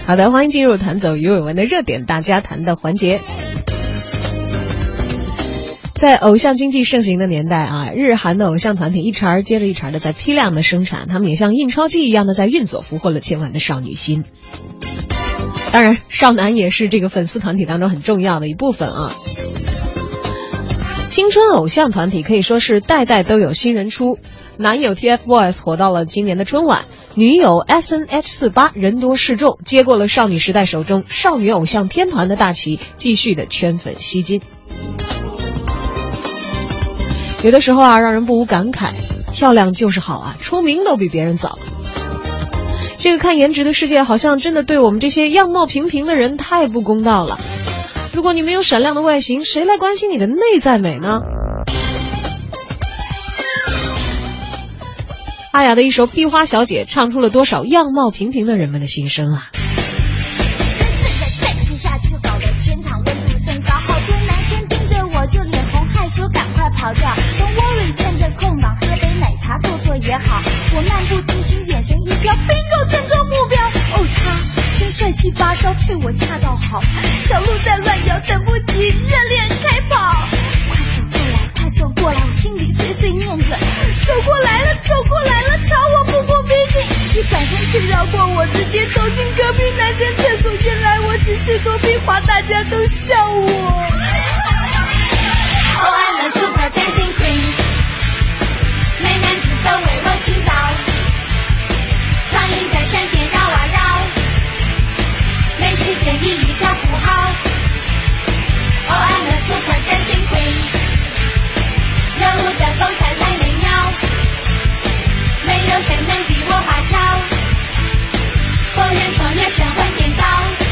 好的，欢迎进入弹走鱼尾纹的热点大家谈的环节。在偶像经济盛行的年代啊，日韩的偶像团体一茬接着一茬的在批量的生产，他们也像印钞机一样的在运作，俘获了千万的少女心。当然，少男也是这个粉丝团体当中很重要的一部分啊。青春偶像团体可以说是代代都有新人出，男友 TFBOYS 火到了今年的春晚，女友 SNH48 人多势众，接过了少女时代手中少女偶像天团的大旗，继续的圈粉吸金。有的时候啊，让人不无感慨，漂亮就是好啊，出名都比别人早。这个看颜值的世界好像真的对我们这些样貌平平的人太不公道了。如果你没有闪亮的外形，谁来关心你的内在美呢？阿雅的一首《壁花小姐》唱出了多少样貌平平的人们的心声啊！ 真是的，再看下去搞得全场温度升高，好多男生盯着我就脸红害羞，赶快跑掉。Don't worry， 趁着空档喝杯奶茶坐坐也好。我漫不经心，眼神一飘 ，bingo， 正中目标。哦，他真帅气发烧，配我恰到好。小鹿在乱摇，等不及，热恋开跑。快走过来，我心里碎碎念着，走过来了，朝我步步逼近。一转身却绕过我，直接走进隔壁男生厕所。原来我只是朵壁花，大家都笑我。Oh, I'm a super dancing queen， 美男子都为我倾倒，苍蝇在身边绕啊绕，没时间一一找符号。Oh, I'm a super dancing queen， 热舞的风采太美妙，没有谁能比我花俏，我愿创业神魂颠倒。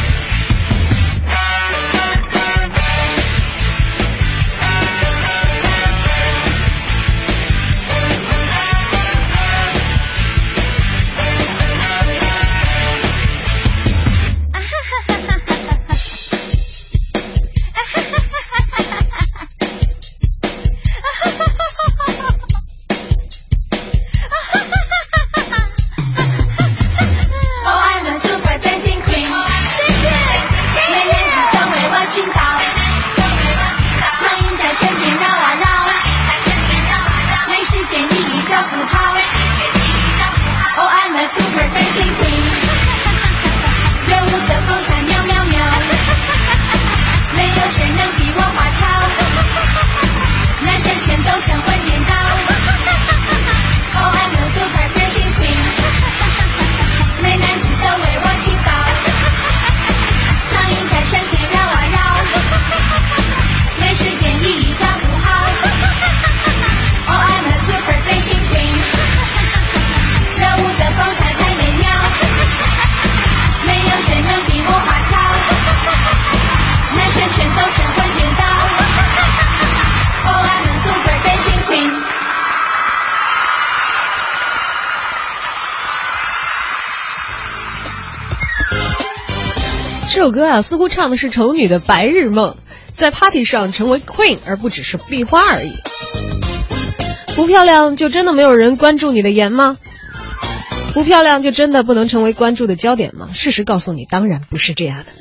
这首歌啊，似乎唱的是丑女的白日梦，在 party 上成为 queen， 而不只是壁花而已。不漂亮就真的没有人关注你的颜吗？不漂亮就真的不能成为关注的焦点吗？事实告诉你，当然不是这样的。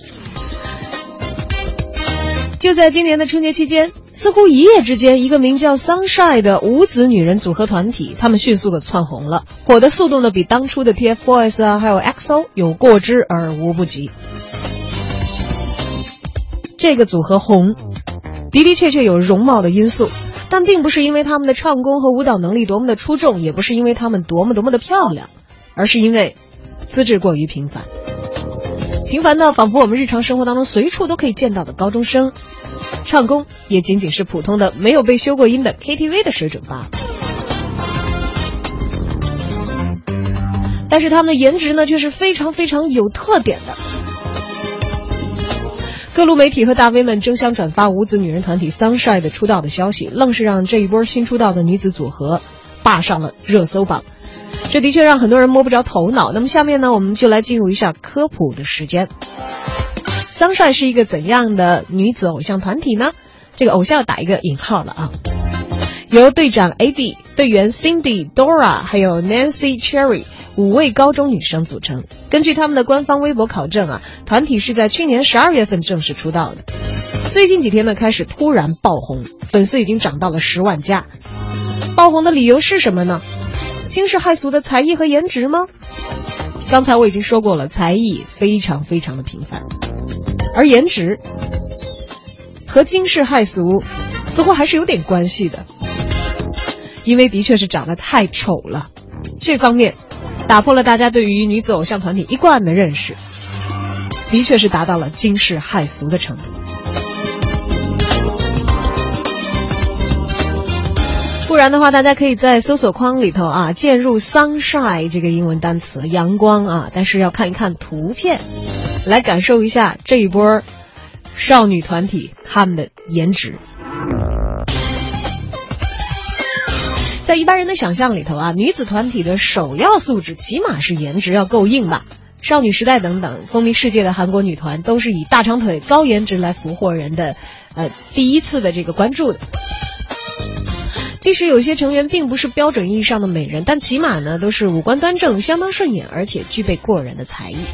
就在今年的春节期间，似乎一夜之间，一个名叫 Sunshine 的五子女人组合团体，他们迅速的窜红了，火的速度呢，比当初的 TFBOYS 啊，还有 EXO 有过之而无不及。这个组合红，的的确确有容貌的因素，但并不是因为他们的唱功和舞蹈能力多么的出众，也不是因为他们多么的漂亮，而是因为资质过于平凡。平凡的仿佛我们日常生活当中随处都可以见到的高中生，唱功也仅仅是普通的没有被修过音的 KTV 的水准罢了。但是他们的颜值呢，却是非常非常有特点的。各路媒体和大 V 们争相转发五子女人团体 Sunshine 的出道的消息，愣是让这一波新出道的女子组合霸上了热搜榜，这的确让很多人摸不着头脑。那么下面呢，我们就来进入一下科普的时间。Sunshine 是一个怎样的女子偶像团体呢？这个偶像打一个引号了啊。由队长 AD、队员 Cindy、Dora 还有 Nancy Cherry 5位高中女生组成。根据他们的官方微博考证啊，团体是在去年12月份正式出道的，最近几天呢开始突然爆红，粉丝已经涨到了10万加。爆红的理由是什么呢？惊世骇俗的才艺和颜值吗？刚才我已经说过了，才艺非常非常的平凡，而颜值和惊世骇俗似乎还是有点关系的，因为的确是长得太丑了。这方面打破了大家对于女子偶像团体一贯的认识，的确是达到了惊世骇俗的程度。不然的话，大家可以在搜索框里头啊，键入 sunshine 这个英文单词，阳光啊，但是要看一看图片，来感受一下这一波少女团体她们的颜值。在一般人的想象里头啊，女子团体的首要素质起码是颜值要够硬吧。少女时代等等风靡世界的韩国女团都是以大长腿高颜值来俘获人的第一次的这个关注的。即使有些成员并不是标准意义上的美人，但起码呢都是五官端正，相当顺眼，而且具备过人的才艺。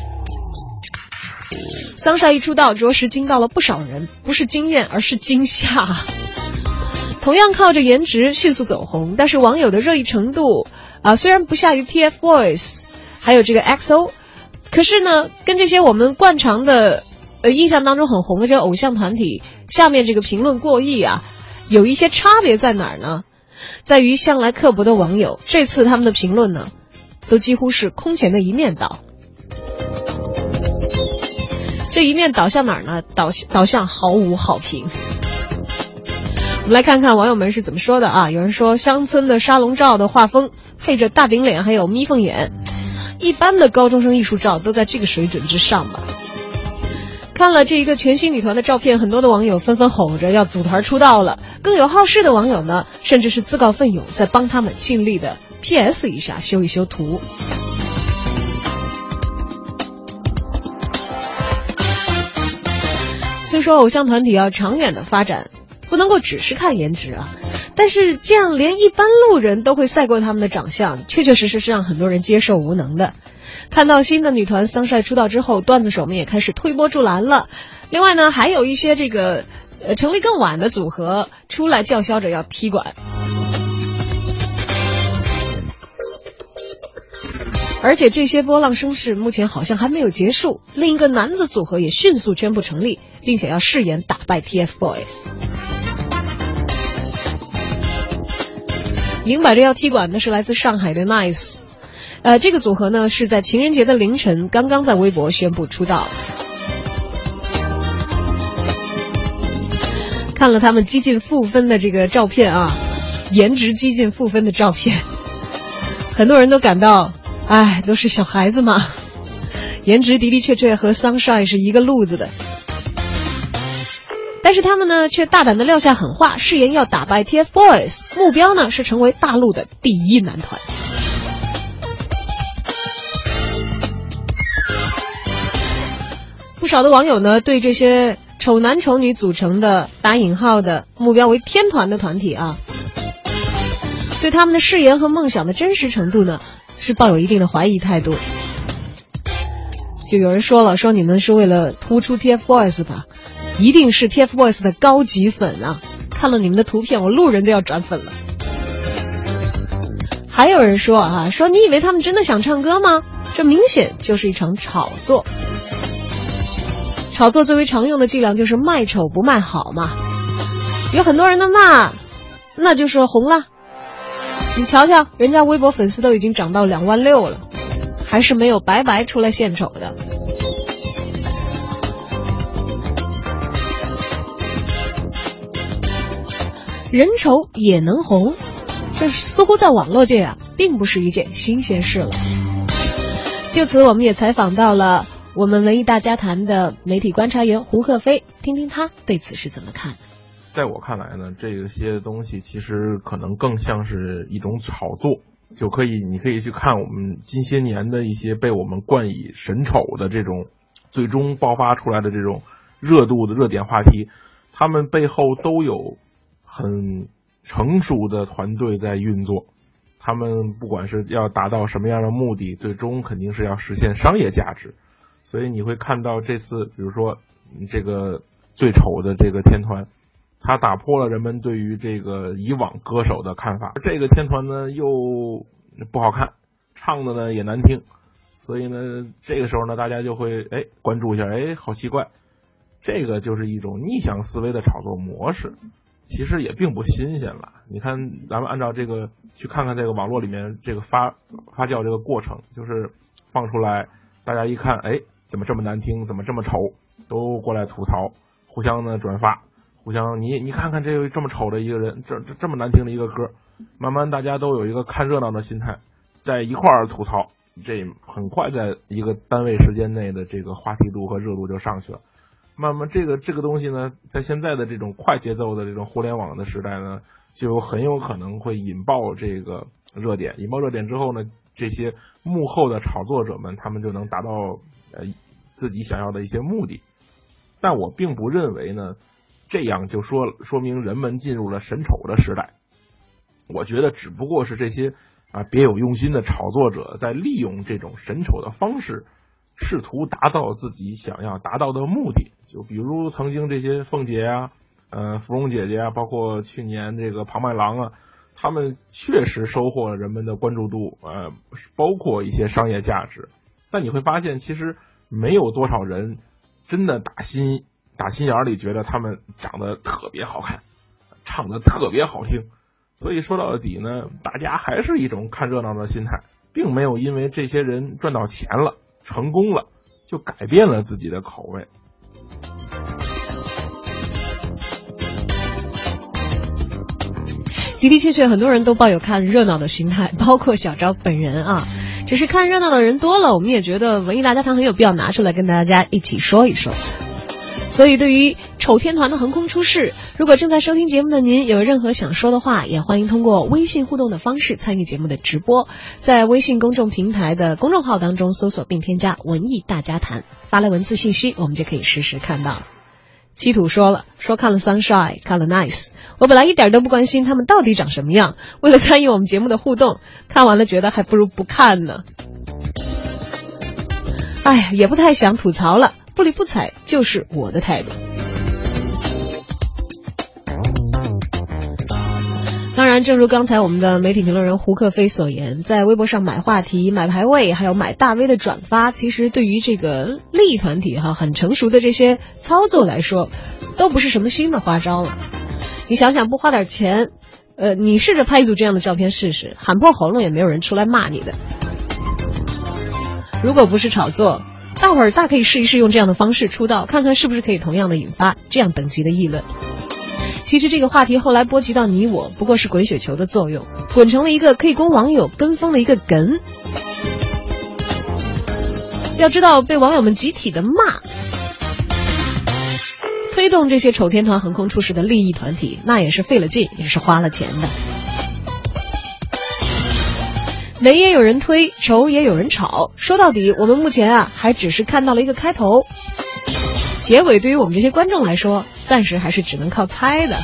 桑帅一出道着实惊到了不少人，不是惊艳而是惊吓。同样靠着颜值迅速走红，但是网友的热议程度虽然不下于 TFBOYS 还有这个 XO， 可是呢跟这些我们惯常的印象当中很红的这个偶像团体下面这个评论过亿啊，有一些差别在哪儿呢？在于向来刻薄的网友，这次他们的评论呢都几乎是空前的一面倒。这一面倒向哪儿呢？导向毫无好评。我们来看看网友们是怎么说的啊！有人说乡村的沙龙照的画风配着大饼脸还有眯缝眼，一般的高中生艺术照都在这个水准之上吧。看了这一个全新女团的照片，很多的网友纷纷吼着要组团出道了，更有好事的网友呢甚至是自告奋勇在帮他们尽力的 PS 一下，修一修图。虽说偶像团体要长远的发展，不能够只是看颜值啊，但是这样连一般路人都会赛过他们的长相，确确实实是让很多人接受无能的。看到新的女团桑帅出道之后，段子手们也开始推波助澜了。另外呢，还有一些这个成立更晚的组合出来叫嚣着要踢馆。而且这些波浪声势目前好像还没有结束，另一个男子组合也迅速宣布成立，并且要誓言打败 TFBOYS。明摆着要踢馆的是来自上海的 Nice。这个组合呢是在情人节的凌晨刚刚在微博宣布出道。看了他们几近负分的这个照片啊，颜值几近负分的照片，很多人都感到都是小孩子嘛，颜值的的确确和桑帅是一个路子的。但是他们呢却大胆地撂下狠话，誓言要打败 TFBOYS， 目标呢是成为大陆的第一男团。不少的网友呢对这些丑男丑女组成的打引号的目标为天团的团体啊，对他们的誓言和梦想的真实程度呢是抱有一定的怀疑态度。就有人说了，说你们是为了突出 TFBOYS 吧，一定是 TFBOYS 的高级粉啊，看了你们的图片我路人都要转粉了。还有人说说你以为他们真的想唱歌吗？这明显就是一场炒作。炒作最为常用的伎俩就是卖丑不卖好嘛，有很多人的骂，那就是红了。你瞧瞧，人家微博粉丝都已经涨到2万6了，还是没有白白出来献丑的。人丑也能红，这似乎在网络界并不是一件新鲜事了。就此我们也采访到了我们文艺大家谈的媒体观察员胡鹤飞，听听他对此是怎么看的。 在我看来呢，这些东西其实可能更像是一种炒作，你可以去看我们近些年的一些被我们冠以神丑的这种最终爆发出来的这种热度的热点话题，他们背后都有很成熟的团队在运作， 他们不管是要达到什么样的目的，最终肯定是要实现商业价值。所以你会看到这次比如说这个最丑的这个天团，它打破了人们对于这个以往歌手的看法。这个天团呢又不好看，唱的呢也难听，所以呢这个时候呢大家就会关注一下，好奇怪，这个就是一种逆向思维的炒作模式，其实也并不新鲜了。你看咱们按照这个去看看这个网络里面这个发酵这个过程，就是放出来大家一看，怎么这么难听，怎么这么丑，都过来吐槽，互相呢转发，互相你看看这么丑的一个人，这么难听的一个歌，慢慢大家都有一个看热闹的心态，在一块儿吐槽，这很快在一个单位时间内的这个话题度和热度就上去了。慢慢这个东西呢，在现在的这种快节奏的这种互联网的时代呢，就很有可能会引爆这个热点。引爆热点之后呢，这些幕后的炒作者们，他们就能达到自己想要的一些目的。但我并不认为呢，这样就说明人们进入了审丑的时代。我觉得只不过是这些别有用心的炒作者在利用这种审丑的方式，试图达到自己想要达到的目的。就比如曾经这些凤姐芙蓉姐姐包括去年这个庞麦郎他们确实收获了人们的关注度，包括一些商业价值。但你会发现，其实没有多少人真的打心眼里觉得他们长得特别好看，唱得特别好听。所以说到底呢，大家还是一种看热闹的心态，并没有因为这些人赚到钱了，成功了，就改变了自己的口味。 的的确确，很多人都抱有看热闹的心态，包括小昭本人啊。只是看热闹的人多了，我们也觉得文艺大家谈很有必要拿出来跟大家一起说一说。所以对于丑天团的横空出世，如果正在收听节目的您有任何想说的话，也欢迎通过微信互动的方式参与节目的直播，在微信公众平台的公众号当中搜索并添加文艺大家谈，发来文字信息，我们就可以实时看到。七土说看了 Sunshine， 看了 Nice， 我本来一点都不关心他们到底长什么样，为了参与我们节目的互动，看完了觉得还不如不看呢。也不太想吐槽了，不理不睬就是我的态度。当然，正如刚才我们的媒体评论人胡克飞所言，在微博上买话题、买排位，还有买大 V 的转发，其实对于这个利益团体很成熟的这些操作来说，都不是什么新的花招了。你想想，不花点钱，你试着拍一组这样的照片试试，喊破喉咙也没有人出来骂你的。如果不是炒作，大伙儿大可以试一试用这样的方式出道，看看是不是可以同样的引发这样等级的议论。其实这个话题后来波及到你我，不过是滚雪球的作用，滚成了一个可以供网友跟风的一个梗。要知道，被网友们集体的骂，推动这些丑天团横空出世的利益团体，那也是费了劲，也是花了钱的。美也有人推，丑也有人炒，说到底我们目前还只是看到了一个开头，结尾对于我们这些观众来说，暂时还是只能靠猜的。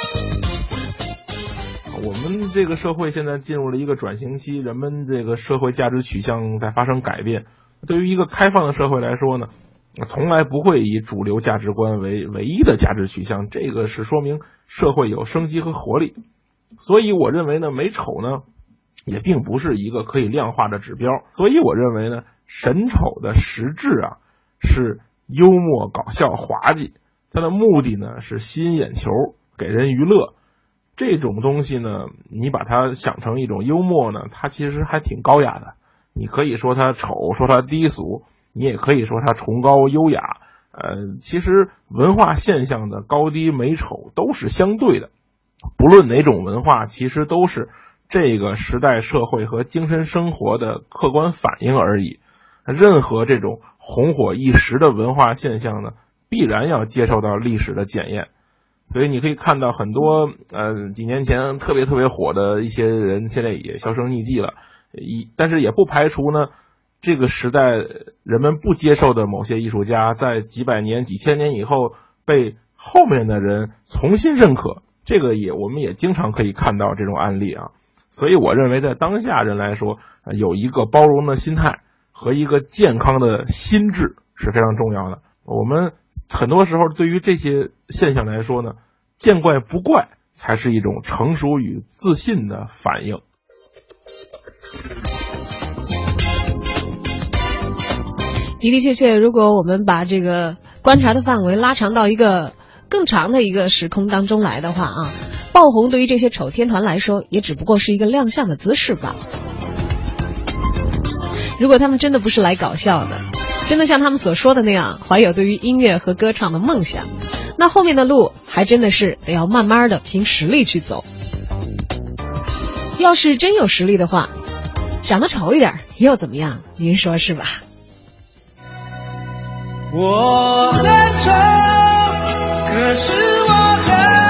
我们这个社会现在进入了一个转型期，人们这个社会价值取向在发生改变。对于一个开放的社会来说呢，从来不会以主流价值观为唯一的价值取向，这个是说明社会有生机和活力。所以我认为呢，美丑呢也并不是一个可以量化的指标。所以我认为呢，审丑的实质是幽默搞笑滑稽，它的目的呢是吸引眼球，给人娱乐。这种东西呢，你把它想成一种幽默呢，它其实还挺高雅的。你可以说它丑，说它低俗，你也可以说它崇高优雅。其实文化现象的高低美丑都是相对的，不论哪种文化，其实都是这个时代社会和精神生活的客观反应而已。任何这种红火一时的文化现象呢，必然要接受到历史的检验。所以你可以看到很多几年前特别火的一些人，现在也销声匿迹了。但是也不排除呢，这个时代人们不接受的某些艺术家，在几百年、几千年以后被后面的人重新认可。这个我们也经常可以看到这种案例。 所以我认为在当下人来说，有一个包容的心态和一个健康的心智是非常重要的。我们很多时候对于这些现象来说呢，见怪不怪才是一种成熟与自信的反应。 的的确确，如果我们把这个观察的范围拉长到一个更长的一个时空当中来的话啊，爆红对于这些丑天团来说也只不过是一个亮相的姿势吧。如果他们真的不是来搞笑的，真的像他们所说的那样怀有对于音乐和歌唱的梦想，那后面的路还真的是得要慢慢的凭实力去走。要是真有实力的话，长得丑一点又怎么样？您说是吧？ 我很丑，可是我很